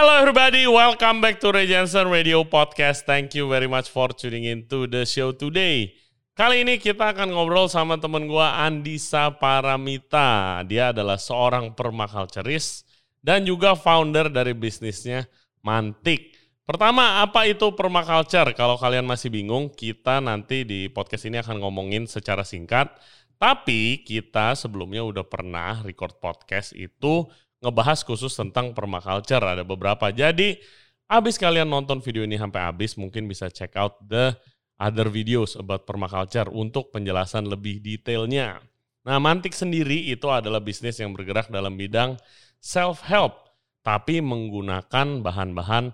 Hello everybody, welcome back to Ray Jensen Radio Podcast. Thank you very much for tuning in to the show today. Kali ini kita akan ngobrol sama temen gue Andisa Paramita. Dia adalah seorang permaculturist dan juga founder dari bisnisnya Mantik. Pertama, apa itu permaculture? Kalau kalian masih bingung, kita nanti di podcast ini akan ngomongin secara singkat. Tapi kita sebelumnya udah pernah record podcast itu ngebahas khusus tentang permaculture, ada beberapa. Jadi, abis kalian nonton video ini sampai habis, mungkin bisa check out the other videos about permaculture untuk penjelasan lebih detailnya. Nah, Mantik sendiri itu adalah bisnis yang bergerak dalam bidang self-help, tapi menggunakan bahan-bahan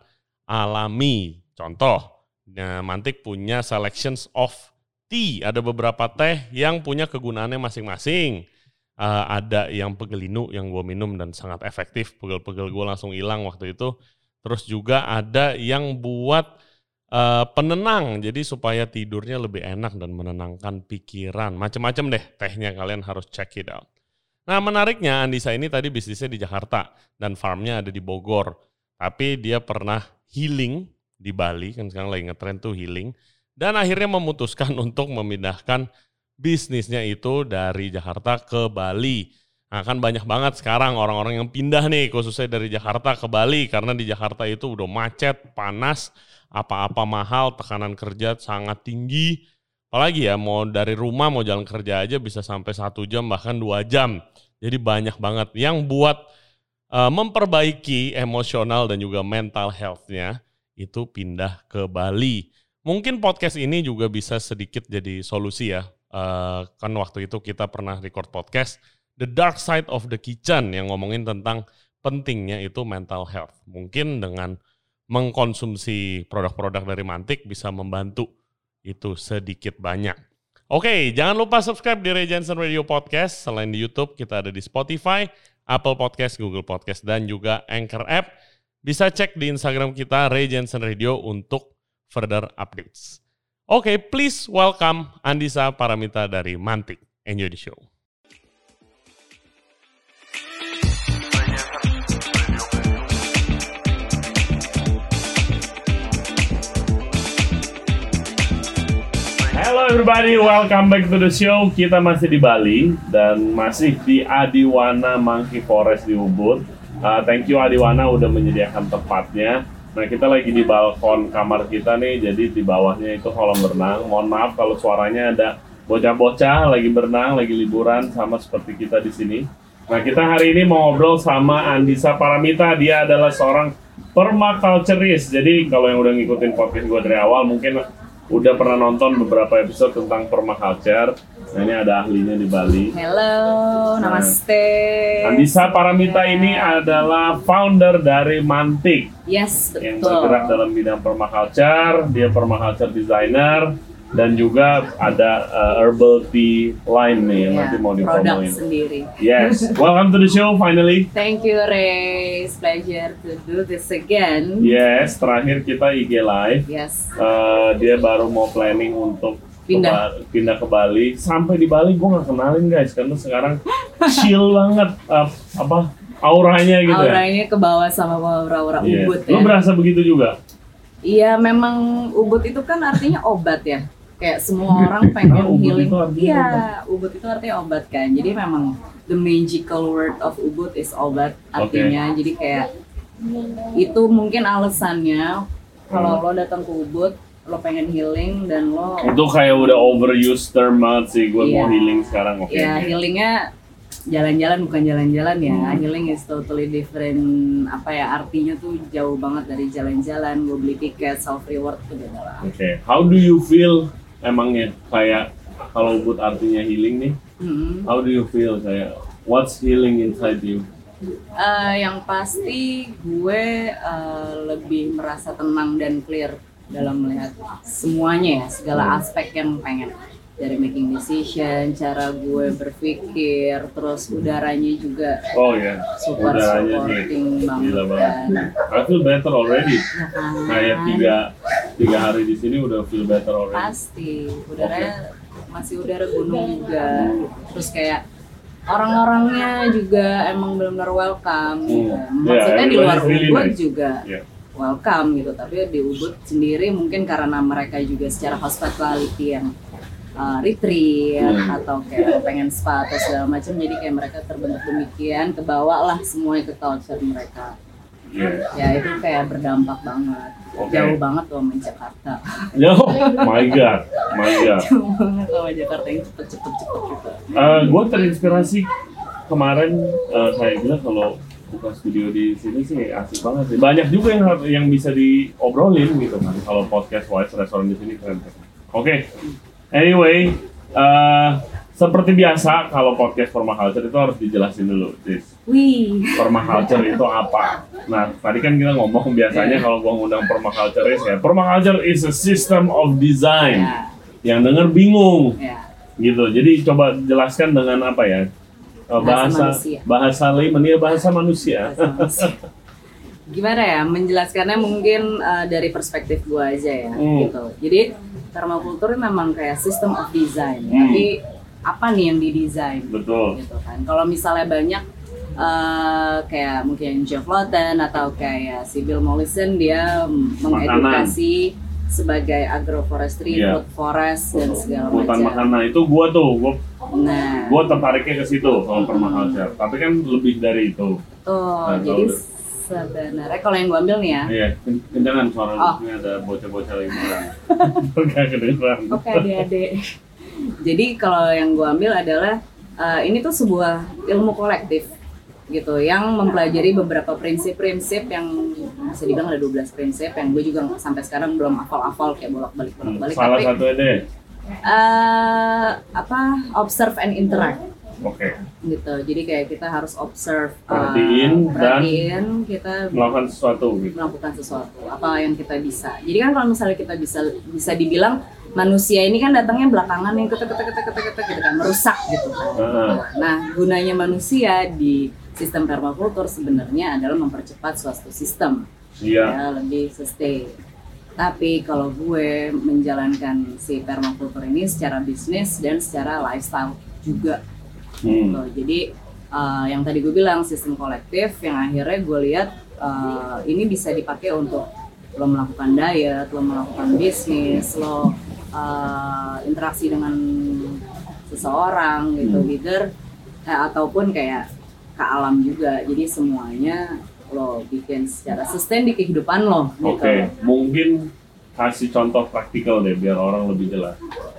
alami. Contoh, Mantik punya selections of tea, ada beberapa teh yang punya kegunaannya masing-masing. Ada yang pegelinu yang gue minum dan sangat efektif, pegel-pegel gue langsung hilang waktu itu. Terus juga ada yang buat penenang, jadi supaya tidurnya lebih enak dan menenangkan pikiran. Macem-macem deh tehnya, kalian harus check it out. Nah, menariknya Andisa ini tadi bisnisnya di Jakarta dan farmnya ada di Bogor. Tapi dia pernah healing di Bali, kan sekarang lagi ngetrend tuh healing. Dan akhirnya memutuskan untuk memindahkan bisnisnya itu dari Jakarta ke Bali. Nah, kan banyak banget sekarang orang-orang yang pindah nih, khususnya dari Jakarta ke Bali. Karena di Jakarta itu udah macet, panas, apa-apa mahal, tekanan kerja sangat tinggi. Apalagi ya, mau dari rumah, mau jalan kerja aja bisa sampai 1 jam, bahkan 2 jam. Jadi banyak banget yang buat memperbaiki emosional dan juga mental health-nya itu pindah ke Bali. Mungkin podcast ini juga bisa sedikit jadi solusi ya. Kan waktu itu kita pernah record podcast The Dark Side of the Kitchen yang ngomongin tentang pentingnya itu mental health. Mungkin dengan mengkonsumsi produk-produk dari Mantik bisa membantu itu sedikit banyak. Oke, jangan lupa subscribe di Ray Jensen Radio Podcast. Selain di YouTube, kita ada di Spotify, Apple Podcast, Google Podcast, dan juga Anchor App. Bisa cek di Instagram kita Ray Jensen Radio untuk further updates. Oke, please welcome Andisa Paramita dari Mantik. Enjoy the show. Hello everybody, welcome back to the show. Kita masih di Bali dan masih di Adiwana Monkey Forest di Ubud. Thank you Adiwana udah menyediakan tempatnya. Nah, kita lagi di balkon kamar kita nih, jadi di bawahnya itu kolam renang. Mohon maaf kalau suaranya ada bocah-bocah lagi berenang, lagi liburan sama seperti kita di sini. Nah, kita hari ini mau ngobrol sama Andisa Paramita. Dia adalah seorang permaculturist. Jadi kalau yang udah ngikutin podcast gue dari awal mungkin udah pernah nonton beberapa episode tentang permaculture. Nah, ini ada ahlinya di Bali. Hello, namaste. Andisa Paramita ini adalah founder dari Mantik. Yes, betul. Yang bergerak dalam bidang permaculture. Dia permaculture designer dan juga ada herbal tea line nih yang nanti mau dipromoin. Produk sendiri. Yes, welcome to the show finally. Thank you Ray, it's pleasure to do this again. Yes, terakhir kita IG live. Yes. Dia baru mau planning untuk pindah ke Bali. Sampai di Bali gue nggak kenalin guys, karena sekarang chill banget auranya gitu. Auranya ke bawah sama aura-aura Ubud ya. Lo berasa begitu juga? Iya, memang Ubud itu kan artinya obat ya. Kayak semua orang pengen healing. Iya, Ubud itu artinya obat kan. Jadi memang the magical word of Ubud is obat artinya. Okay. Jadi kayak itu mungkin alasannya kalau lo datang ke Ubud, lo pengen healing dan lo itu kayak udah overused term banget sih. Gue mau healing sekarang. Oke. Ya, healingnya jalan-jalan bukan jalan-jalan ya. Healing is totally different. Artinya tuh jauh banget dari jalan-jalan. Gue beli tiket, self reward tuh beda lah. Oke. How do you feel emangnya kayak kalau Ubud artinya healing nih? How do you feel kayak what's healing inside you? Yang pasti gue lebih merasa tenang dan clear dalam melihat semuanya ya, segala aspek yang pengen. Dari making decision, cara gue berpikir, terus udaranya juga supporting banget. I feel better already. Kayak tiga hari di sini udah feel better already. Pasti, udaranya masih udara gunung juga. Terus kayak orang-orangnya juga emang benar-benar welcome gitu. Maksudnya di luar really Ubud nice. juga welcome gitu, tapi di Ubud sendiri mungkin karena mereka juga secara hospitality yang retreat atau kayak pengen spa atau segala macam, jadi kayak mereka terbentuk demikian, kebawa lah semuanya ke culture mereka. Ya itu kayak berdampak banget. Jauh banget loh sama Jakarta. My God. Jauh banget sama Jakarta yang cepet gitu. Gue terinspirasi kemarin, saya bilang kalau buka studio di sini sih asik banget sih. Banyak juga yang bisa diobrolin gitu kan. Kalau podcast wise restoran di sini keren. Oke. Anyway, seperti biasa kalau podcast permaculture itu harus dijelasin dulu, Tis. Permaculture itu apa? Nah, tadi kan kita ngomong biasanya kalau gua ngundang permaculture is a system of design. Yang denger bingung. Gitu. Jadi coba jelaskan dengan apa ya? Bahasa manusia. Gimana ya menjelaskannya, mungkin dari perspektif gua aja ya gitu. Jadi permaculture memang kayak system of design. Tapi apa nih yang didesain? Betul. Gitu kan. Kalau misalnya banyak kayak mungkin Jeff Lawton atau kayak si Bill Mollison, dia mengedukasi sebagai agroforestry, food forest dan segala macam. Hutan makanan itu gua tertariknya ke situ kalau permaculture. Tapi kan lebih dari itu. Jadi sebenarnya kalau yang gua ambil nih ya. Iya, kencangan suaranya ada bocah-bocah liburan. Enggak kedengeran. Oke, adik-adik. Jadi kalau yang gua ambil adalah ini tuh sebuah ilmu kolektif gitu yang mempelajari beberapa prinsip-prinsip yang bisa dibilang ada 12 prinsip yang gue juga sampai sekarang belum hafal-hafal kayak bolak-balik. Salah satu deh. Observe and interact. Oke. Gitu. Jadi kayak kita harus observe, perhatiin dan kita melakukan sesuatu gitu. Melakukan sesuatu. Apa yang kita bisa. Jadi kan kalau misalnya kita bisa dibilang manusia ini kan datangnya belakangan yang ketek gitu kan, merusak gitu kan. Nah, gunanya manusia di sistem permakultur sebenarnya adalah mempercepat suatu sistem. Ya, lebih sustain. Tapi kalau gue menjalankan si permakultur ini secara bisnis dan secara lifestyle juga. Gitu. Jadi yang tadi gue bilang sistem kolektif yang akhirnya gue lihat ini bisa dipakai untuk lo melakukan diet, lo melakukan bisnis, lo interaksi dengan seseorang gitu, leader ataupun kayak ke alam juga. Jadi semuanya lo bikin secara sustain di kehidupan lo gitu. Oke. Mungkin kasih contoh praktikal deh biar orang lebih jelas.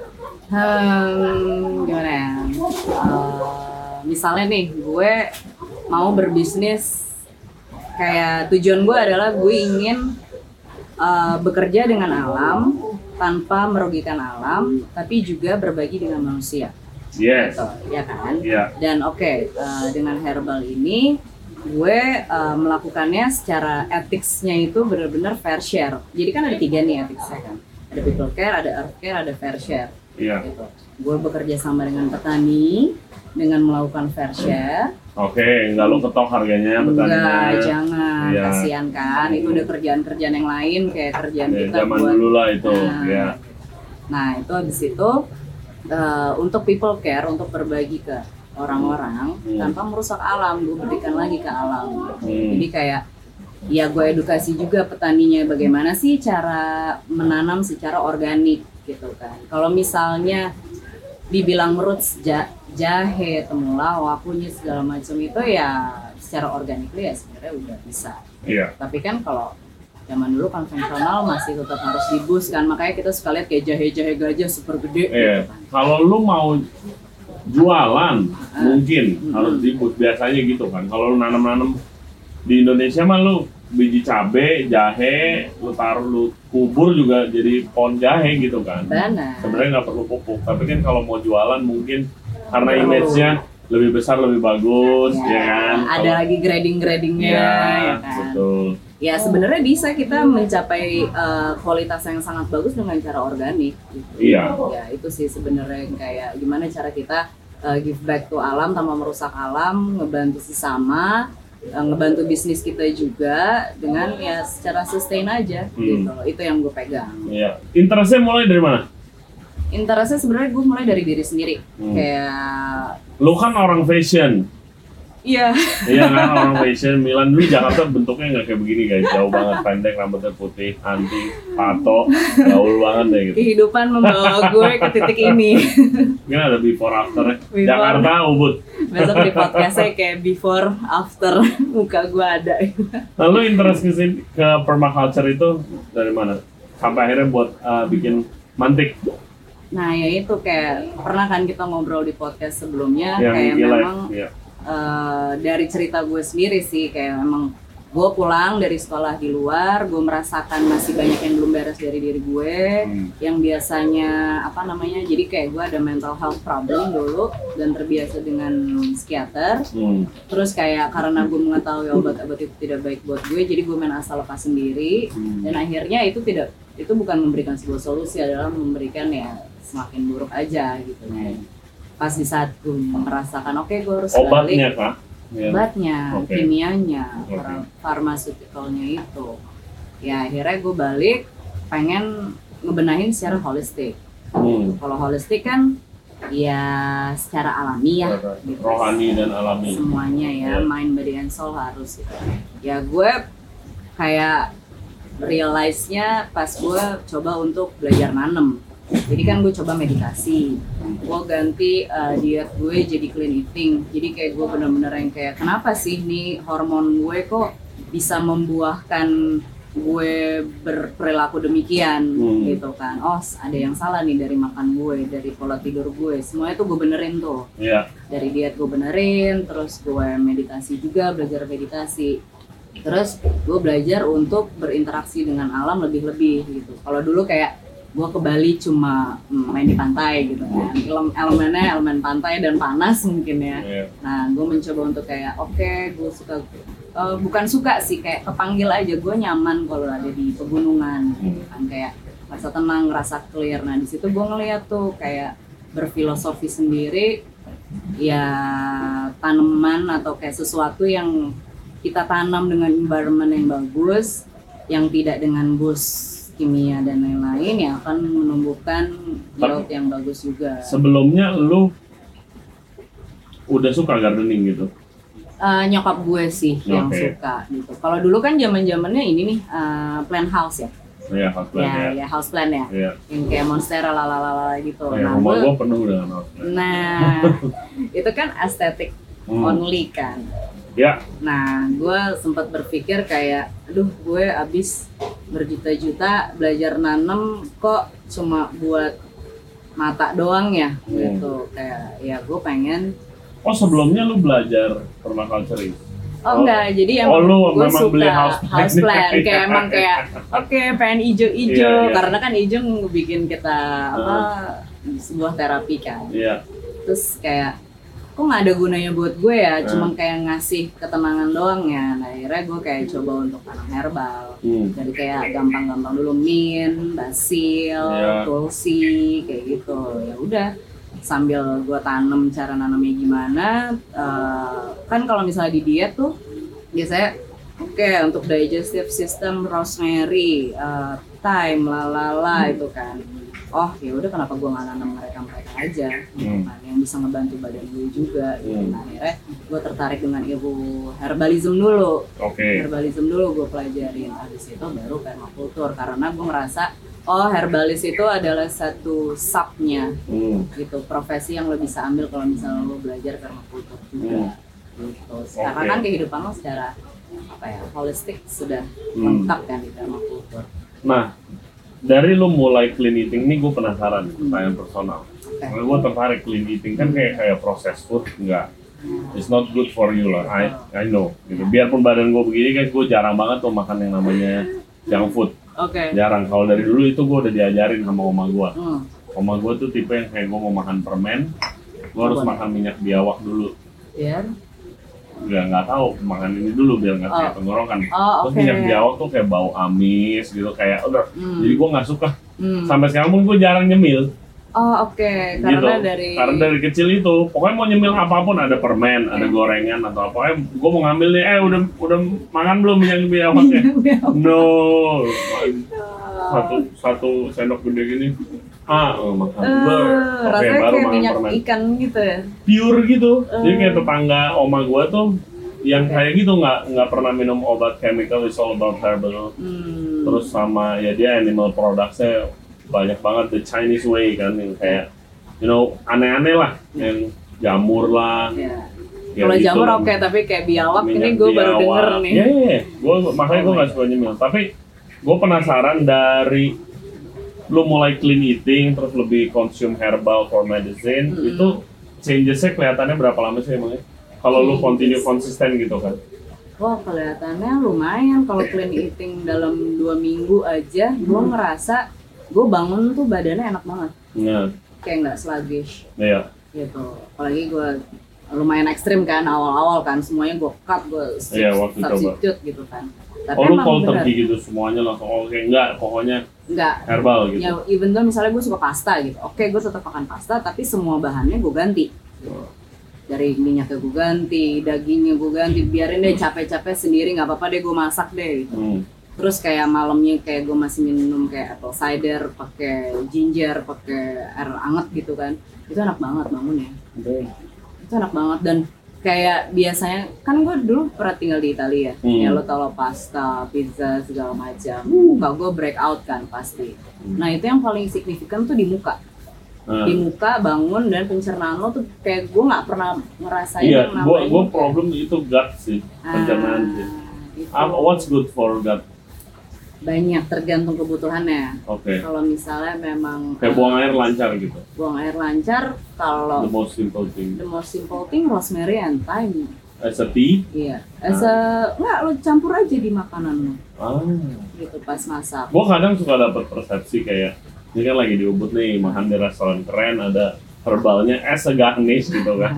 Gimana ya? Misalnya nih, gue mau berbisnis, kayak tujuan gue adalah gue ingin bekerja dengan alam tanpa merugikan alam, tapi juga berbagi dengan manusia. Yes. Gitu, ya kan? Yeah. Dan dengan herbal ini gue melakukannya secara etiknya itu benar-benar fair share. Jadi kan ada 3 nih etiknya kan. Ada people care, ada earth care, ada fair share. Iya. Gitu. Gue bekerja sama dengan petani dengan melakukan fair share. Oke, nggak lo ketok harganya petaninya. Enggak, jangan. Ya. Kasian kan. Itu udah kerjaan-kerjaan yang lain kayak kerjaan kita zaman dulu lah itu. Ya. Nah, itu habis itu untuk people care, untuk berbagi ke orang-orang tanpa merusak alam, gue berikan lagi ke alam. Jadi kayak ya gue edukasi juga petaninya bagaimana sih cara menanam secara organik gitu kan. Kalau misalnya dibilang roots jahe, temulawak, kunyit segala macam itu ya secara organik ya sebenarnya udah bisa. Iya. Tapi kan kalau zaman dulu konvensional masih tetap harus dibus kan, makanya kita suka lihat kayak jahe-jahe gajah super gede. Iya. Gitu kan. Kalau lu mau jualan mungkin harus dibus biasanya gitu kan. Kalau lu nanam-nanam di Indonesia mah lu biji cabe, jahe, lu taruh lu kubur juga jadi pohon jahe gitu kan. Benar. Sebenarnya nggak perlu pupuk, tapi kan kalau mau jualan mungkin karena image-nya lebih besar lebih bagus, ya kan. Ada lagi grading-gradingnya, ya kan. Betul. Ya sebenarnya bisa kita mencapai kualitas yang sangat bagus dengan cara organik. Gitu. Iya. Ya itu sih sebenarnya kayak gimana cara kita give back to alam tanpa merusak alam, ngebantu sesama, ngebantu bisnis kita juga dengan ya secara sustain aja gitu. Itu yang gue pegang. Iya. Interestnya mulai dari mana? Interestnya sebenarnya gue mulai dari diri sendiri. Kayak lu kan orang fashion. Iya. Iya kan orang fashion. Milan dulu Jakarta bentuknya nggak kayak begini guys, jauh banget, pendek, rambutnya putih, anti, tato, gaul banget deh gitu. Kehidupan membawa gue ke titik ini. Mungkin ada before after. Jakarta Ubud. Besok di podcastnya kayak before after muka gue ada. Lalu interest ke permaculture itu dari mana? Sampai akhirnya buat bikin Mantik. Nah ya itu kayak pernah kan kita ngobrol di podcast sebelumnya yang kayak memang iya. Dari cerita gue sendiri sih kayak memang gue pulang dari sekolah di luar, gue merasakan masih banyak yang belum beres dari diri gue, yang biasanya jadi kayak gue ada mental health problem dulu dan terbiasa dengan psikiater, terus kayak karena gue mengetahui obat-obat itu tidak baik buat gue, jadi gue main asal lepas sendiri, dan akhirnya itu bukan memberikan sebuah solusi, adalah memberikan ya semakin buruk aja gitu. Pas di saat gue merasakan oke, gue harus obatnya balik. Kak? Obatnya, kimianya, farmasiutikalnya itu. Ya akhirnya gue balik pengen ngebenahin secara holistik. Kalau holistik kan ya secara alami ya. Gitu. Rohani dan alami. Semuanya ya, mind, body, and soul harus gitu. Ya gue kayak realize-nya pas gue coba untuk belajar nanem. Jadi kan gue coba meditasi, gue ganti diet gue jadi clean eating. Jadi kayak gue bener-bener yang kayak kenapa sih nih hormon gue kok bisa membuahkan gue berperilaku demikian gitu kan. Oh ada yang salah nih dari makan gue, dari pola tidur gue, semuanya tuh gue benerin tuh. Dari diet gue benerin, terus gue meditasi juga, belajar meditasi. Terus gue belajar untuk berinteraksi dengan alam lebih-lebih gitu. Kalau dulu kayak gue ke Bali cuma main di pantai gitu kan, elemennya elemen pantai dan panas mungkin ya. Nah gue mencoba untuk kayak oke, gue suka bukan suka sih, kayak kepanggil aja, gue nyaman kalau ada di pegunungan kan, kayak rasa tenang, rasa clear. Nah di situ gue ngeliat tuh kayak berfilosofi sendiri ya, tanaman atau kayak sesuatu yang kita tanam dengan environment yang bagus, yang tidak dengan bus kimia dan lain-lain, yang akan menumbuhkan yield yang bagus juga. Sebelumnya lu udah suka gardening gitu? Nyokap gue sih yang suka gitu. Kalau dulu kan zaman-zamannya ini nih plant house ya. Iya, house plant ya. Ya house plant ya. Yang kayak monstera lalalala gitu. Nah, rumah gue penuh dengan house plant. Nah, itu kan estetik only kan. Ya. Nah, gue sempat berpikir kayak, aduh, gue abis berjuta-juta belajar nanam kok cuma buat mata doang ya, gitu. Kayak, ya gue pengen. Oh, sebelumnya lu belajar permaculture? Oh enggak, jadi emang gue suka house plant. Kayak emang kayak, oke, pengen ijo-ijo, karena kan ijo bikin kita sebuah terapi kan. Terus kayak, kok nggak ada gunanya buat gue ya, cuma kayak ngasih ketenangan doang ya. Nah akhirnya gue kayak coba untuk tanam herbal. Jadi kayak gampang-gampang dulu mint, basil, tulsi, kayak gitu. Ya udah, sambil gue tanam, cara nanamnya gimana. Kan kalau misalnya di diet tuh biasanya untuk digestive system rosemary, thyme, lalala itu kan. Oh ya udah, kenapa gue nggak nanam mereka aja, yang bisa ngebantu badan gue juga. Nah, akhirnya gue tertarik dengan ilmu herbalism dulu. Herbalism dulu gue pelajarin, habis itu baru permakultur, karena gue ngerasa herbalis itu adalah satu subnya gitu, profesi yang lo bisa ambil kalau misalnya lo belajar permakultur juga. Gitu. Karena kan kehidupan lo secara holistik sudah lengkap kan di permakultur. Nah, dari lu mulai clean eating nih, gue penasaran, pertanyaan personal. Karena gue tertarik clean eating kan kayak processed food, enggak. It's not good for you lah, I know. Gitu. Biarpun badan gue begini kan, gue jarang banget tuh makan yang namanya junk food. Jarang. Kalau dari dulu itu gue udah diajarin sama oma gue. Oma gue tuh tipe yang kayak gue mau makan permen, gue harus makan minyak biawak dulu. Nggak tahu, makan ini dulu biar nggak kayak tenggorokan. Terus minyak biawak tuh kayak bau amis gitu, kayak udah. Jadi gue nggak suka. Sampai sekarang pun gue jarang nyemil. Karena gitu. Karena dari kecil itu, pokoknya mau nyemil apapun, ada permen, ada gorengan atau apa, gue mau ngambil nih, udah makan belum minyak biawaknya? No, satu sendok gede gini, makan blur. Rasanya baru kayak makan minyak permen. ikan gitu ya. Pure gitu. Jadi kayak tetangga oma gue tuh yang kayak gitu nggak pernah minum obat chemical, it's all about herbal. Terus sama ya dia animal productsnya banyak banget, the Chinese way kan, yang kayak aneh-aneh lah, yang jamur lah. Kalau gitu. jamur oke, tapi kayak biawak ini Minyak gue baru biawak. denger nih. Iya. Makanya gue nggak suka nyemil. Tapi gue penasaran dari lu mulai clean eating terus lebih consume herbal for medicine, itu changesnya kelihatannya berapa lama sih emangnya? Kalau lu continue konsisten gitu kan? Wah, kelihatannya lumayan. Kalau clean eating dalam 2 minggu aja, gue ngerasa gue bangun tuh badannya enak banget. Kayak nggak sluggish. Iya. Gitu. Apalagi gue lumayan ekstrim kan, awal-awal kan, semuanya gue cut, gue substitute gitu kan. Tapi lu emang cold bener. turkey gitu semuanya langsung enggak, pokoknya enggak herbal gitu. Ya, even though misalnya gue suka pasta gitu, oke gue tetap makan pasta, tapi semua bahannya gue ganti. Dari minyaknya gue ganti, dagingnya gue ganti, biarin deh capek-capek sendiri, nggak apa-apa deh gue masak deh gitu. Terus kayak malamnya kayak gue masih minum kayak apple cider, pakai ginger, pakai air anget gitu kan, itu enak banget bangunnya. Itu enak banget. Dan kayak biasanya kan gue dulu pernah tinggal di Italia ya, lo tau pasta, pizza segala macam, muka gue breakout kan pasti. Nah itu yang paling signifikan tuh di muka. Di muka, bangun, dan pencernaan lo tuh kayak gue nggak pernah ngerasain yang namanya. Gue problem itu gut sih, pencernaan sih. What's good for gut? Banyak, tergantung kebutuhannya. Oke. Kalau misalnya memang kayak buang air lancar gitu. Buang air lancar, kalau the most simple thing rosemary and thyme. As a tea? Iya. Nggak, lo campur aja di makanan lo. Gitu pas masak. Gue kadang suka dapat persepsi kayak ini kan lagi di Ubud nih, makan di restoran keren, ada herbalnya as a garnish gitu kan.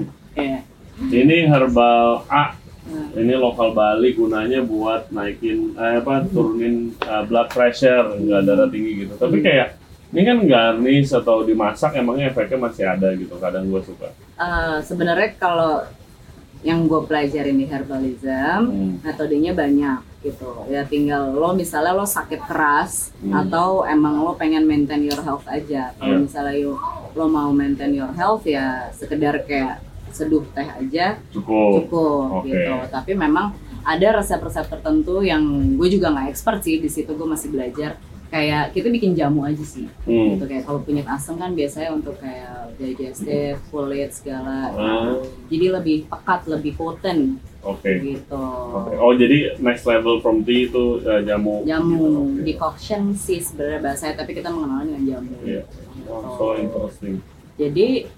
Ini herbal A, ini lokal Bali, gunanya buat naikin turunin blood pressure, nggak darah tinggi gitu. Tapi kayak ini kan garnish atau dimasak, emangnya efeknya masih ada gitu. Kadang gue suka. Sebenarnya kalau yang gue pelajarin di herbalism, metodenya banyak gitu. Ya tinggal lo misalnya lo sakit keras atau emang lo pengen maintain your health aja. Kalau misalnya lo mau maintain your health ya sekedar kayak seduh teh aja cukup gitu. Tapi memang ada resep-resep tertentu yang gue juga nggak expert sih di situ, gue masih belajar. Kayak kita bikin jamu aja sih, gitu kayak kalau kunyit asam kan biasanya untuk kayak digestive, kulit segala, jadi lebih pekat, lebih potent, gitu. Oh jadi next level from tea itu jamu. Decoction sih sebenarnya bahasanya, tapi kita mengenalnya dengan jamu. So interesting. Jadi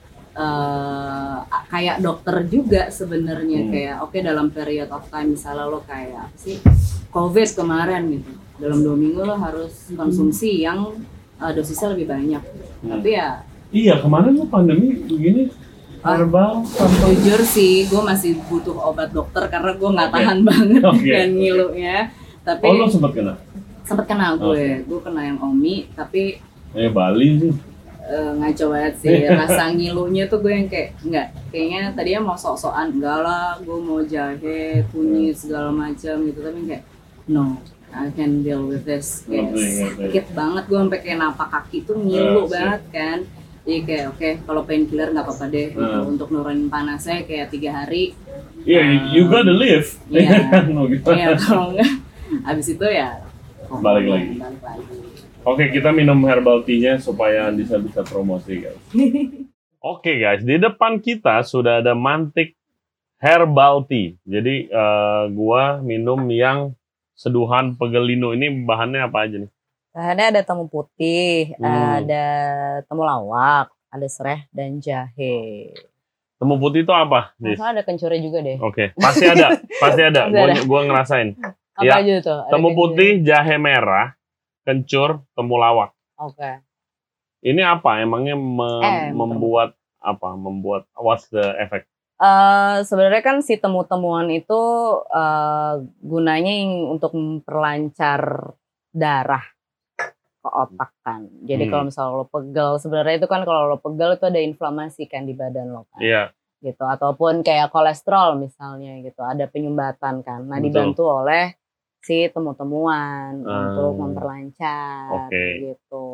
kayak dokter juga sebenarnya kayak dalam period of time misalnya lo kayak COVID kemarin gitu. Dalam 2 minggu lo harus konsumsi yang dosisnya lebih banyak. Tapi ya. Iya, kemarin lo pandemi begini herbal. Jujur sih, gue masih butuh obat dokter karena gue nggak tahan banget dengan ngilunya. Tapi. Oh, lo sempet kena? Sempet kena gue kena yang Omi, tapi. Bali sih. Ngaco banget sih, rasa ngilunya tuh gue yang kayaknya tadinya mau sok-sokan, enggak lah, gue mau jahe, kunyit segala macam gitu, tapi kayak no. I can deal with this. Sakit banget gue sampai kayak napak kaki tuh ngilu banget kan. Jadi kayak oke, kalau painkiller nggak apa-apa deh gitu. Untuk nurunin panasnya kayak 3 hari. You gotta live. Iya, kalau nggak, abis itu ya balik lagi. Oke, kita minum herbal tea-nya supaya Andisa bisa promosi guys. Oke guys, di depan kita sudah ada Mantik Herbal Tea. Jadi gua minum yang seduhan pegelino. Ini bahannya apa aja nih? Bahannya ada temu putih, ada temulawak, ada sereh dan jahe. Temu putih itu apa? Masa ada kencurnya juga deh. Oke, pasti ada. Gua ngerasain. Apa aja tuh? Temu putih, jahe merah, kencur, temulawak. Oke. Ini apa? Emangnya membuat apa? What's the effect? Sebenarnya kan si temu-temuan itu gunanya untuk memperlancar darah ke otak kan. Jadi kalau misalnya lo pegel, sebenarnya itu kan kalau lo pegel itu ada inflamasi kan di badan lo kan. Iya. Gitu. Ataupun kayak kolesterol misalnya gitu, ada penyumbatan kan. Nah dibantu oleh si temu-temuan untuk memperlancar gitu.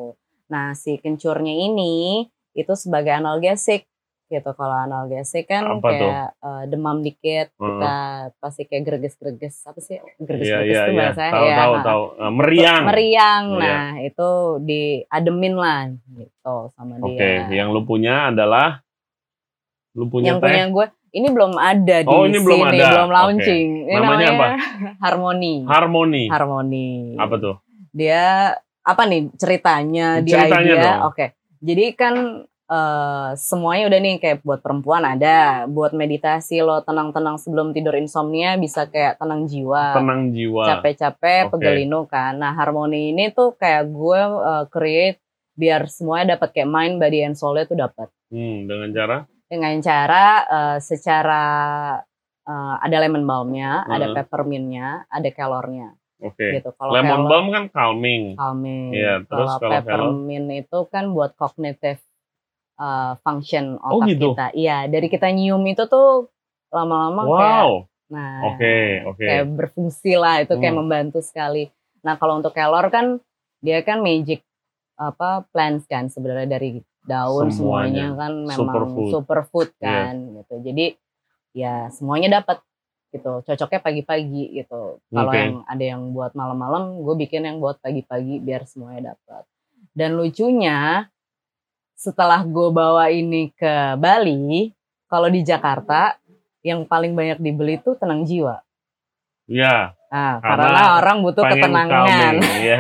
Nah si kencurnya ini itu sebagai analgesik gitu. Kalau analgesik kan Apa kayak demam dikit kita pasti kayak greges-greges, apa sih greges-greges Iya, itu iya. bahasanya Tahu. Meriang. Meriang. Iya. Nah itu diademin lah gitu sama dia. Oke, yang lu punya adalah yang teh? punya gue ini belum ada di ini sini, belum ada. belum launching. Okay. Ini namanya apa? Harmony. Apa tuh? Dia apa nih ceritanya di idea? Oke. Jadi kan semuanya udah nih kayak buat perempuan ada, buat meditasi lo tenang-tenang sebelum tidur insomnia bisa kayak tenang jiwa. Capek-capek pegelinu kan. Nah, Harmony ini tuh kayak gue create biar semuanya dapat kayak mind, body and soul-nya tuh dapat. Dengan cara? Dengan cara secara ada lemon balmnya, ada peppermintnya, ada kelornya. Oke. Gitu. Lemon balm kan calming. Iya, terus kalau peppermint itu kan buat cognitive function otak kita. Iya, dari kita nyium itu tuh lama-lama kayak berfungsi lah, itu kayak membantu sekali. Nah, kalau untuk kelor kan dia kan magic plants kan sebenarnya dari daun semuanya kan memang superfood kan gitu. Jadi ya semuanya dapat gitu. Cocoknya pagi-pagi gitu. Kalau yang ada yang buat malam-malam, gue bikin yang buat pagi-pagi biar semuanya dapat. Dan lucunya setelah gue bawa ini ke Bali, kalau di Jakarta yang paling banyak dibeli tuh tenang jiwa. Iya. Nah, karena orang butuh ketenangan. Iya.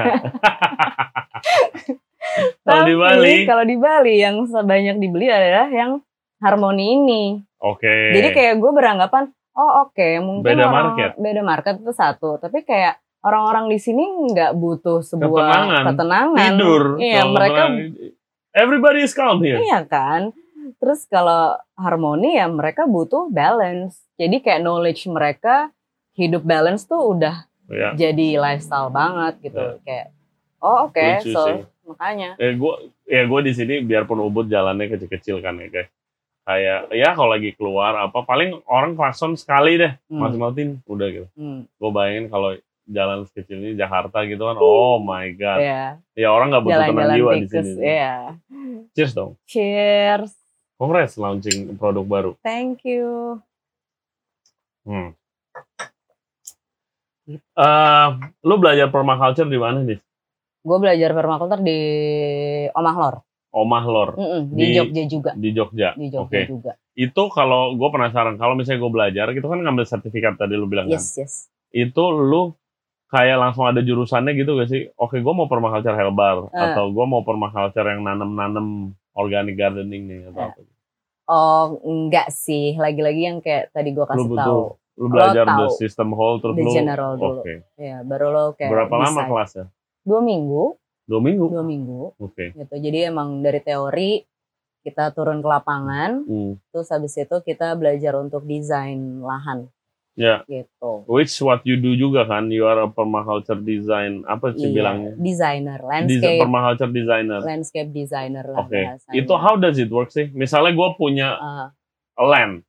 Kalau di Bali yang sebanyak dibeli adalah yang Harmony ini. Oke. Jadi kayak gue beranggapan, mungkin beda market itu satu, tapi kayak orang-orang di sini nggak butuh sebuah ketenangan. Tidur. Iya, mereka everybody is calm here. Iya kan. Terus kalau Harmony ya mereka butuh balance. Jadi kayak knowledge mereka hidup balance tuh udah jadi lifestyle banget gitu. Kayak makanya. Gue di sini biarpun Ubud jalannya kecil-kecil kan ya guys. Kayak kalau lagi keluar paling orang klakson sekali deh, mati-matiin udah gitu. Gue bayangin kalau jalan sekecil ini Jakarta gitu kan, oh my god. Ya orang nggak butuh tenang jiwa di sini. Cheers dong. Cheers. Congrats launching produk baru. Thank you. Lu belajar permaculture di mana nih? Gue belajar permaculture di Omah Lor. Di Jogja juga. Di Jogja juga. Itu kalau gue penasaran, kalau misalnya gue belajar, itu kan ngambil sertifikat tadi lu bilang kan? Yes. Itu lu kayak langsung ada jurusannya gitu gak sih? Oke, gue mau permaculture herbal, atau gue mau permaculture yang nanam organic gardening nih, atau apa? Oh, enggak sih. Lagi-lagi yang kayak tadi gue kasih tahu. Lu belajar the system whole, terus the general dulu. Ya, baru lo kayak berapa lama kelasnya? 2 minggu. 2 minggu? 2 minggu. Gitu. Jadi emang dari teori kita turun ke lapangan, terus habis itu kita belajar untuk desain lahan. Gitu. Which what you do juga kan? You are a permaculture design, apa sih bilangnya? Designer, landscape. Permaculture designer. Landscape designer lah bahasanya. Itu how does it work sih? Misalnya gue punya land.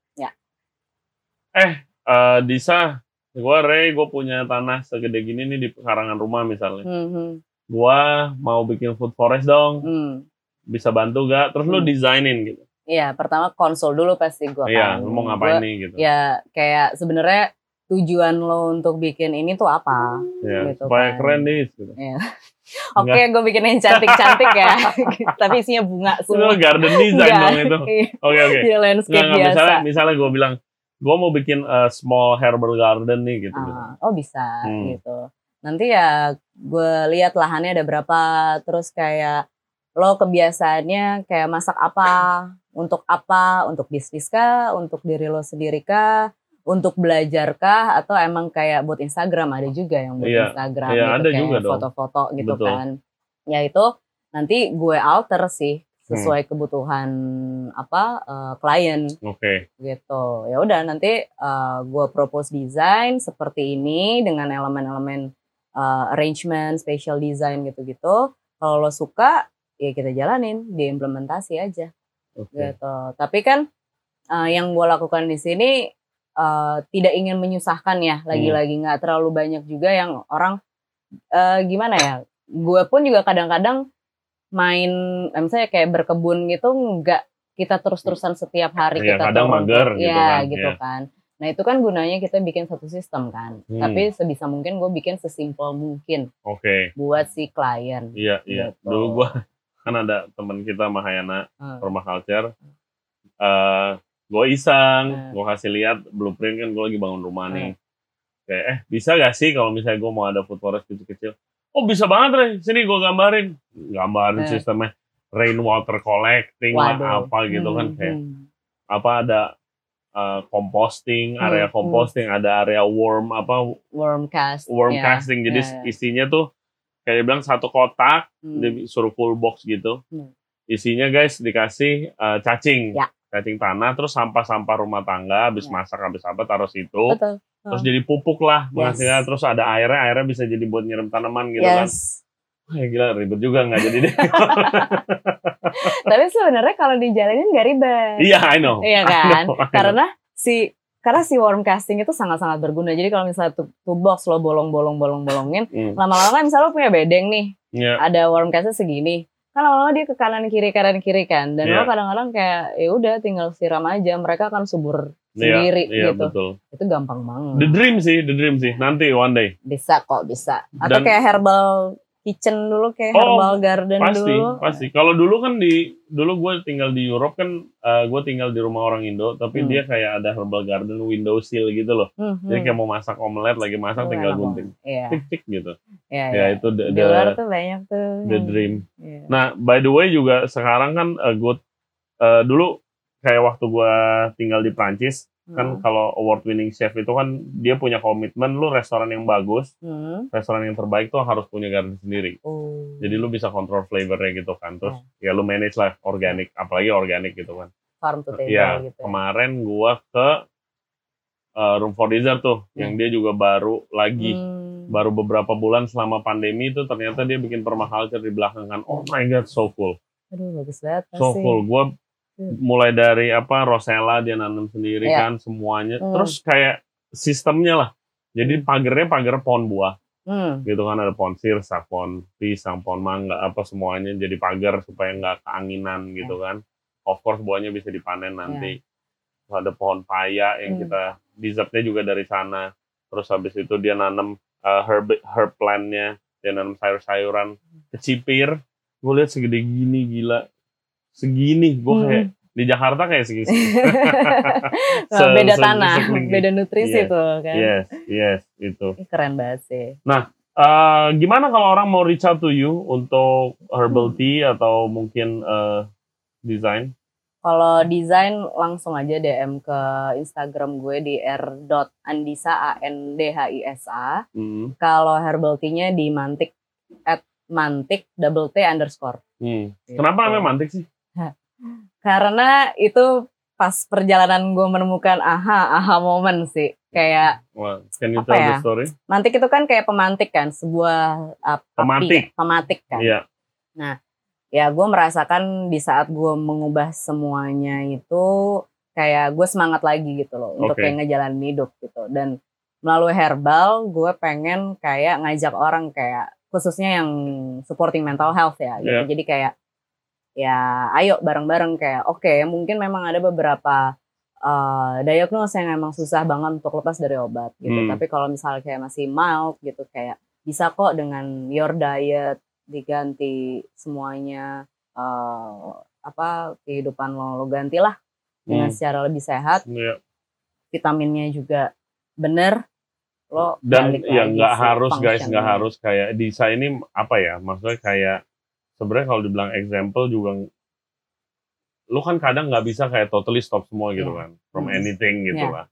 Disa, gue punya tanah segede gini nih di pekarangan rumah misalnya. Gua mau bikin food forest dong, bisa bantu gak? Terus lu desainin gitu. Iya, pertama konsul dulu pasti gue kan. Iya, lu mau ngapain nih gitu. Ya kayak sebenarnya tujuan lo untuk bikin ini tuh apa? Gitu, supaya keren nih. Gitu. Iya. Oke, gue bikin yang cantik-cantik ya, tapi isinya bunga semua. Itu garden design dong itu. Oke. Iya, landscape biasa. Misalnya gue bilang, gue mau bikin small herbal garden nih gitu. Bisa gitu. Nanti ya gue lihat lahannya ada berapa, terus kayak lo kebiasaannya kayak masak apa, untuk bisnis kah, untuk diri lo sendiri kah, untuk belajar kah, atau emang kayak buat Instagram, ada juga yang buat Instagram gitu, ada kayak juga foto-foto gitu. Betul. Kan. Ya itu nanti gue alter sih sesuai kebutuhan klien. Gitu. Ya udah nanti gue propose desain seperti ini dengan elemen-elemen arrangement, spatial design gitu-gitu. Kalau lo suka, ya kita jalanin, diimplementasi aja. Gitu. Tapi kan yang gue lakukan di sini tidak ingin menyusahkan ya. Lagi-lagi nggak terlalu banyak juga yang orang gimana ya. Gue pun juga kadang-kadang main, misalnya kayak berkebun gitu, nggak kita terus-terusan setiap hari Iya, kita kadang turun mager gitu ya kan. gitu Iya. kan. Nah itu kan gunanya kita bikin satu sistem kan. Tapi sebisa mungkin gue bikin sesimpel mungkin Oke. buat si klien. Iya, iya. Gitu. Dulu gue kan ada teman kita Mahayana Permaculture. Gue iseng, gue kasih lihat blueprint kan gue lagi bangun rumah nih. Kayak bisa gak sih kalau misalnya gue mau ada food forest kecil-kecil? Oh bisa banget Re, sini gue gambarin sistemnya rainwater collecting lah apa gitu kan kayak apa ada composting, area composting, ada area worm casting. Jadi isinya tuh kayak bilang satu kotak, disuruh full box gitu. Isinya guys dikasih cacing tanah, terus sampah-sampah rumah tangga, habis masak, habis apa taruh situ. Betul. Terus jadi pupuk lah menghasilkan, terus ada airnya bisa jadi buat nyiram tanaman gitu kan. Wah gila ribet juga nggak jadi deh. Tapi sebenarnya kalau dijalanin nggak ribet. Iya, I know. Iya kan? Karena si worm casting itu sangat-sangat berguna. Jadi kalau misalnya tuh box lo bolongin, lama-lama misalnya lo punya bedeng nih, ada worm casting segini, kan lama-lama dia ke kanan kiri kan, dan lo kadang-kadang kayak ya udah tinggal siram aja, mereka akan subur sendiri gitu. Betul. Itu gampang banget. The dream sih. Nanti one day. Bisa. Atau kayak herbal kitchen dulu, kayak herbal garden dulu. Pasti. Kalau dulu kan dulu gue tinggal di Europe kan, gue tinggal di rumah orang Indo, tapi dia kayak ada herbal garden window sill gitu loh. Jadi kayak mau masak omelet, lagi masak tinggal gunting, cik gitu. Ya itu di luar tuh banyak tuh. The dream. Nah by the way juga sekarang kan dulu kayak waktu gue tinggal di Prancis. Kan kalau award winning chef itu kan dia punya komitmen lu restoran yang bagus, restoran yang terbaik tuh harus punya garden sendiri. Jadi lu bisa kontrol flavornya gitu kan. Terus ya lu manage lah organik, apalagi organik gitu kan. Farm to table gitu. Kemarin gua ke Room for Dessert tuh, yang dia juga baru beberapa bulan selama pandemi itu ternyata dia bikin permaculture di belakang kan. Oh my god, so cool. Aduh bagus banget. So cool. Gua mulai dari Rosella dia nanam sendiri kan semuanya. Terus kayak sistemnya lah. Jadi pagar pohon buah. Gitu kan ada pohon sirsak, pohon pisang, pohon mangga apa semuanya jadi pagar supaya nggak keanginan gitu kan. Of course buahnya bisa dipanen nanti. Terus ada pohon paya yang kita dessertnya juga dari sana. Terus habis itu dia nanam herb plant-nya, dia nanam sayur-sayuran, kecipir. Gue lihat segede gini gila. Segini, gue kayak di Jakarta kayak segini. Beda tanah, beda nutrisi tuh kan. Yes, itu. Keren banget sih. Nah, gimana kalau orang mau reach out to you untuk herbal tea atau mungkin desain? Kalau desain langsung aja DM ke Instagram gue di r.andisa ANDHISA. Kalau herbal tea-nya di mantik @mantik_t_. Gitu. Kenapa namanya mantik sih? Karena itu pas perjalanan gue menemukan aha moment sih. Kayak can you tell the story? Mantik itu kan kayak pemantik kan, sebuah pematik kan. Iya. Nah, ya gue merasakan di saat gue mengubah semuanya itu kayak gue semangat lagi gitu loh untuk kayak ngejalanin hidup gitu. Dan melalui herbal gue pengen kayak ngajak orang kayak khususnya yang supporting mental health ya gitu. Jadi kayak ya ayo bareng-bareng kayak mungkin memang ada beberapa diagnosis yang emang susah banget untuk lepas dari obat gitu. Tapi kalau misalnya kayak masih mild gitu kayak bisa kok dengan your diet diganti semuanya kehidupan lo gantilah dengan secara lebih sehat. Vitaminnya juga bener lo dan ya nggak harus kayak desain ini maksudnya kayak sebenarnya kalau dibilang example juga lu kan kadang nggak bisa kayak totally stop semua gitu kan from anything gitu lah.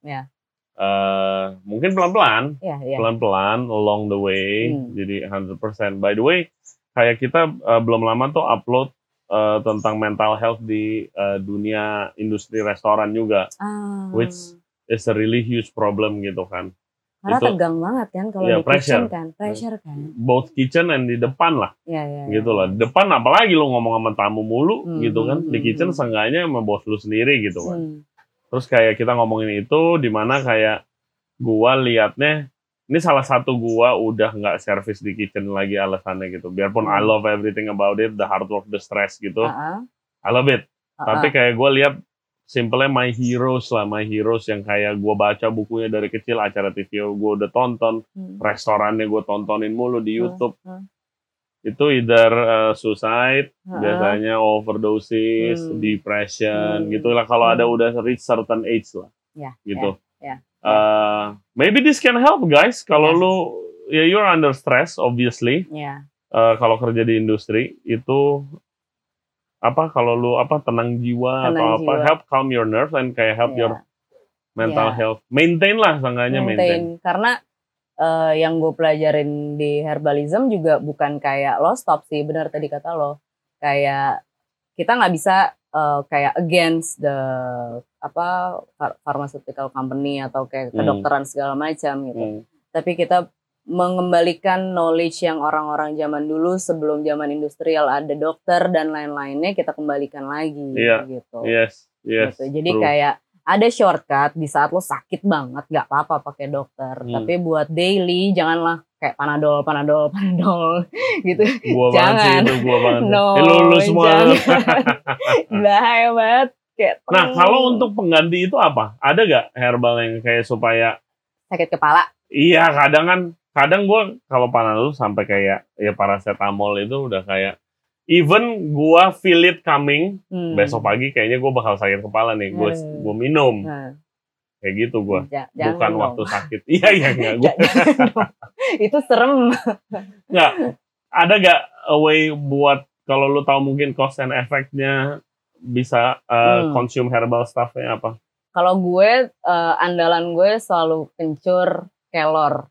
Mungkin pelan-pelan along the way jadi 100%. By the way kayak kita belum lama tuh upload tentang mental health di dunia industri restoran juga, which is a really huge problem gitu kan. Karena itu, tegang banget kan kalau di kitchen kan, pressure kan. Both kitchen and di depan lah, gitu lah. Depan apalagi lu ngomong sama tamu mulu gitu kan. Di kitchen seenggaknya sama bos lu sendiri gitu kan. Terus kayak kita ngomongin itu, dimana kayak gua liatnya Ini salah satu gua udah nggak service di kitchen lagi alasannya gitu. Biarpun I love everything about it, the hard work, the stress gitu. I love it. Tapi kayak gua lihat simpelnya my heroes yang kayak gua baca bukunya dari kecil, acara TV gua udah tonton, restorannya gua tontonin mulu di YouTube. Itu either suicide, biasanya overdosis, depression, gitulah. Kalau ada udah reach certain age lah, gitu. Maybe this can help guys. Kalau lu, you're under stress, obviously. Kalau kerja di industri itu kalau lu tenang jiwa atau help calm your nerves and kayak help your mental health. Maintain lah, seenggaknya maintain. Karena yang gue pelajarin di herbalism juga bukan kayak lo stop sih, benar tadi kata lo, kayak kita nggak bisa kayak against the pharmaceutical company atau kayak kedokteran segala macam gitu, tapi kita mengembalikan knowledge yang orang-orang zaman dulu sebelum zaman industrial ada dokter dan lain-lainnya, kita kembalikan lagi gitu. Gitu. Jadi kayak ada shortcut di saat lo sakit banget, nggak apa-apa pakai dokter. Tapi buat daily, janganlah kayak panadol gitu. Jangan. Gua banget. No, lu semua. Bahaya banget. Nah, kalau untuk pengganti itu apa? Ada nggak herbal yang kayak supaya sakit kepala? Iya, kadang gue kalau panadol sampai kayak paracetamol itu udah kayak even gua feel it coming, besok pagi kayaknya gue bakal sakit kepala nih, gue minum, kayak gitu gue, bukan waktu sakit. Iya nggak gue. Itu serem. Nggak, ada nggak a way buat kalau lu tahu mungkin cost and effect-nya bisa consume herbal stuff-nya apa? Kalau gue andalan gue selalu kencur kelor.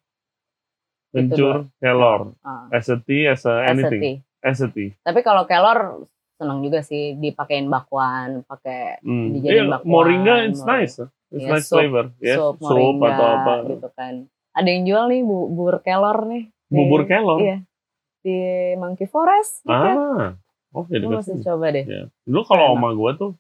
Kencur kelor, as a tea, as a anything. Tapi kalau kelor senang juga sih dipakein bakwan, dijadiin bakwan. Moringa it's nice. It's nice flavor. Soup atau apa gitu kan. Ada yang jual nih bubur kelor nih. Bubur kelor? Iya. Di Monkey Forest. Oke, lu mesti coba deh. Ya. Dulu kalau oma gue tuh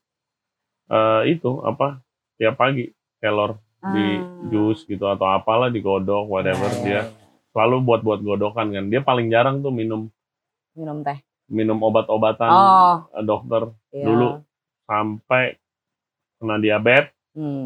tiap pagi kelor di jus gitu atau apalah digodok whatever dia selalu buat godokan kan. Dia paling jarang tuh minum teh, minum obat-obatan dokter dulu sampai kena diabetes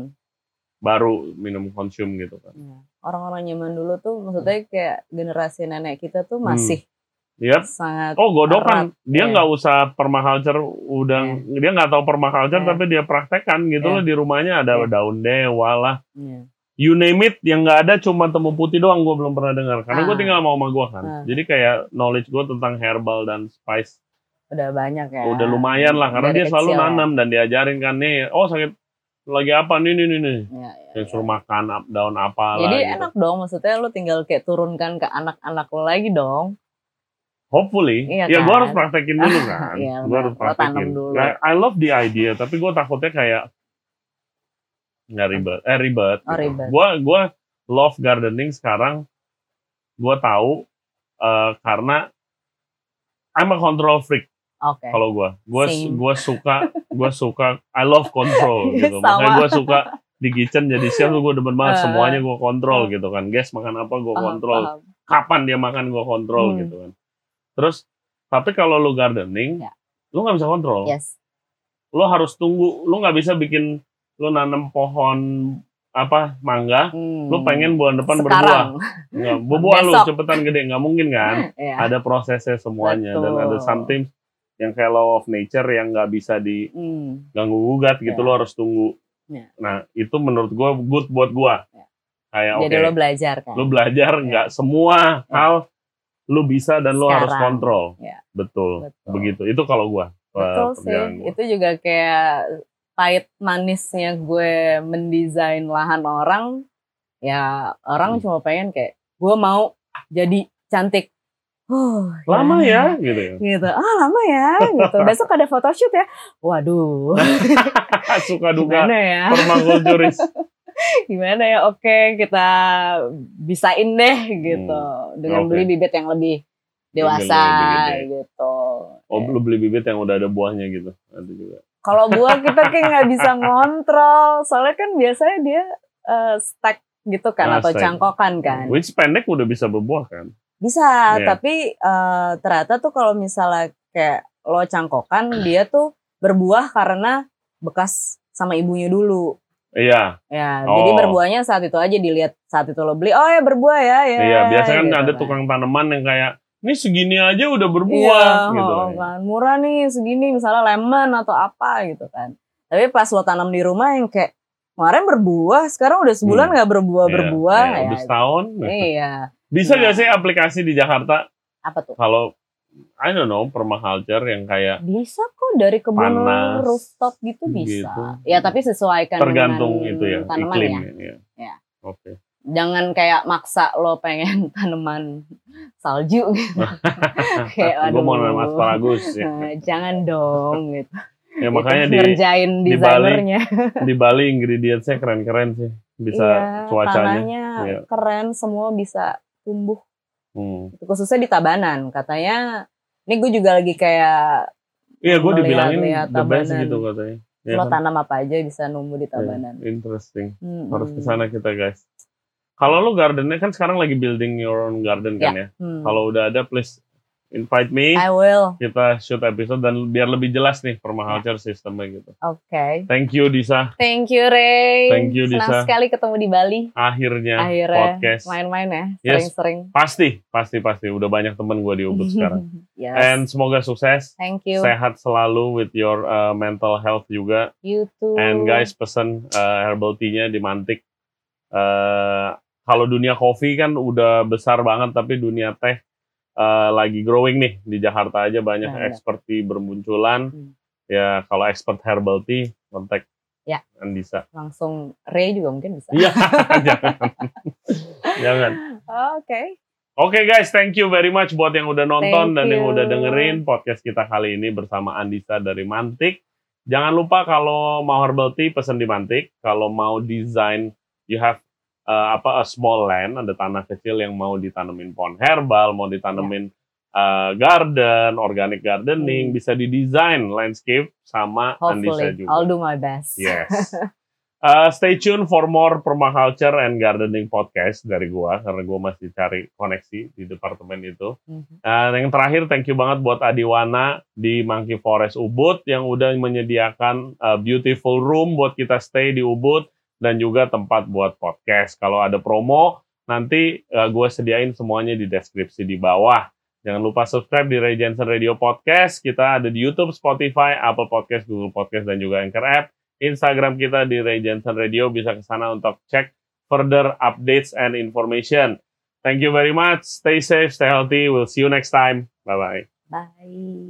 baru minum konsum gitu kan. Orang-orang zaman dulu tuh maksudnya kayak generasi nenek kita tuh masih sangat godokan erat. Dia nggak usah permaculture, dia nggak tahu permaculture tapi dia praktekkan gitu loh, di rumahnya ada daun dewa lah. You name it, yang nggak ada cuma temu putih doang gue belum pernah dengar. Karena gue tinggal sama oma gue kan. Jadi kayak knowledge gue tentang herbal dan spice udah banyak ya. Udah lumayan lah, karena dia selalu nanam dan diajarin kan nih, sakit lagi apa nih. Yang suruh makan daun apa lah. Jadi gitu. enak dong, maksudnya lu tinggal kayak turunkan ke anak-anak lo lagi dong. Hopefully. Iya ya kan? Gue harus praktekin dulu kan. Gue harus praktekin. Dulu. I love the idea, tapi gue takutnya kayak nggak ribet. Ribet. Gue love gardening sekarang. Gue tahu karena I'm a control freak. Kalau gue suka I love control gitu. Makanya gue suka di kitchen jadi chef tuh gue demen banget, semuanya gue kontrol gitu kan. Guys makan apa gue kontrol. Kapan dia makan gue kontrol gitu kan. Terus tapi kalau lu gardening, lu nggak bisa kontrol. Lu harus tunggu. Lu nggak bisa bikin lu nanam pohon mangga, lu pengen bulan depan berbuah. Nggak, berbuah lu cepetan gede, nggak mungkin kan? Ada prosesnya semuanya. Betul. Dan ada sometimes yang kayak law of nature yang nggak bisa diganggu gugat gitu, lu harus tunggu. Nah itu menurut gua good buat gua. Kayak jadi lo belajar kan? Lo belajar nggak semua hal lu bisa dan lu harus kontrol. Betul. Begitu. Itu kalau gua. Betul sih. Itu juga kayak pahit manisnya gue mendesain lahan orang, orang cuma pengen kayak gue mau jadi cantik. Lama ya gitu. Lama ya gitu. Besok ada photoshoot ya. Waduh. Suka duka permakulturis. Gimana ya? Oke, kita bisain deh gitu. Dengan beli bibit yang lebih dewasa gitu. Lu beli bibit yang udah ada buahnya gitu nanti juga. Kalau buah kita kayak nggak bisa ngontrol, soalnya kan biasanya dia stack gitu kan, atau cangkokan kan. Which pendek udah bisa berbuah kan? Bisa, tapi ternyata tuh kalau misalnya kayak lo cangkokan, dia tuh berbuah karena bekas sama ibunya dulu. Iya. Ya, jadi berbuahnya saat itu aja, dilihat saat itu lo beli, oh ya berbuah ya. Iya, biasanya kan gitu ada tukang tanaman yang kayak, ini segini aja udah berbuah gitu. Kan. Murah nih segini, misalnya lemon atau apa gitu kan. Tapi pas lo tanam di rumah yang kayak, kemarin berbuah, sekarang udah sebulan nggak berbuah-berbuah. Iya, udah setahun. Iya. Bisa nggak sih aplikasi di Jakarta? Apa tuh? Kalau I don't know, permaculture yang kayak bisa kok dari kebun rooftop gitu bisa. Gitu. Ya tapi sesuaikan tergantung dengan itu ya, tanaman iklim ya. Oke. Jangan kayak maksa lo pengen tanaman salju gitu. Kayak gue mau nanam asparagus ya. Jangan dong gitu. Ya makanya ngerjain desainernya. Di Bali ingredientsnya keren-keren sih. Bisa cuacanya. Tanahnya keren, semua bisa tumbuh. Khususnya di Tabanan, katanya. Ini gue juga lagi kayak. Iya, gue dibilangin the best gitu katanya. Lo tanam apa aja bisa numbuh di Tabanan. Interesting. Harus kesana kita guys. Kalau lo gardennya kan sekarang lagi building your own garden kan ya. Kalau udah ada please invite me. I will. Kita shoot episode dan biar lebih jelas nih permaculture sistemnya gitu. Oke. Thank you Disa. Thank you Ray. Thank you Disa. Senang sekali ketemu di Bali. Akhirnya podcast. Main-main ya. Sering-sering. Pasti. Udah banyak temen gue di Ubud sekarang. Yes. And semoga sukses. Thank you. Sehat selalu with your mental health juga. You too. And guys pesen herbal tea-nya di Mantik. Kalau dunia kopi kan udah besar banget, tapi dunia teh lagi growing nih. Di Jakarta aja banyak expert tea bermunculan. Ya kalau expert herbal tea, kontak Andisa. Langsung Ray juga mungkin bisa. Iya, jangan. Oke guys, thank you very much buat yang udah nonton dan yang udah dengerin podcast kita kali ini bersama Andisa dari Mantik. Jangan lupa kalau mau herbal tea pesen di Mantik. Kalau mau desain, you have a small land, ada tanah kecil yang mau ditanemin pohon herbal, mau ditanemin garden, organic gardening, bisa didesain landscape sama Andisa juga. I'll do my best. Yes. Stay tuned for more permaculture and gardening podcast dari gua, karena gua masih cari koneksi di departemen itu. Yang terakhir, thank you banget buat Adiwana di Monkey Forest Ubud yang udah menyediakan beautiful room buat kita stay di Ubud. Dan juga tempat buat podcast. Kalau ada promo, nanti gue sediain semuanya di deskripsi di bawah. Jangan lupa subscribe di Ray Jensen Radio Podcast. Kita ada di YouTube, Spotify, Apple Podcast, Google Podcast, dan juga Anchor App. Instagram kita di Ray Jensen Radio. Bisa ke sana untuk cek further updates and information. Thank you very much. Stay safe, stay healthy. We'll see you next time. Bye-bye. Bye.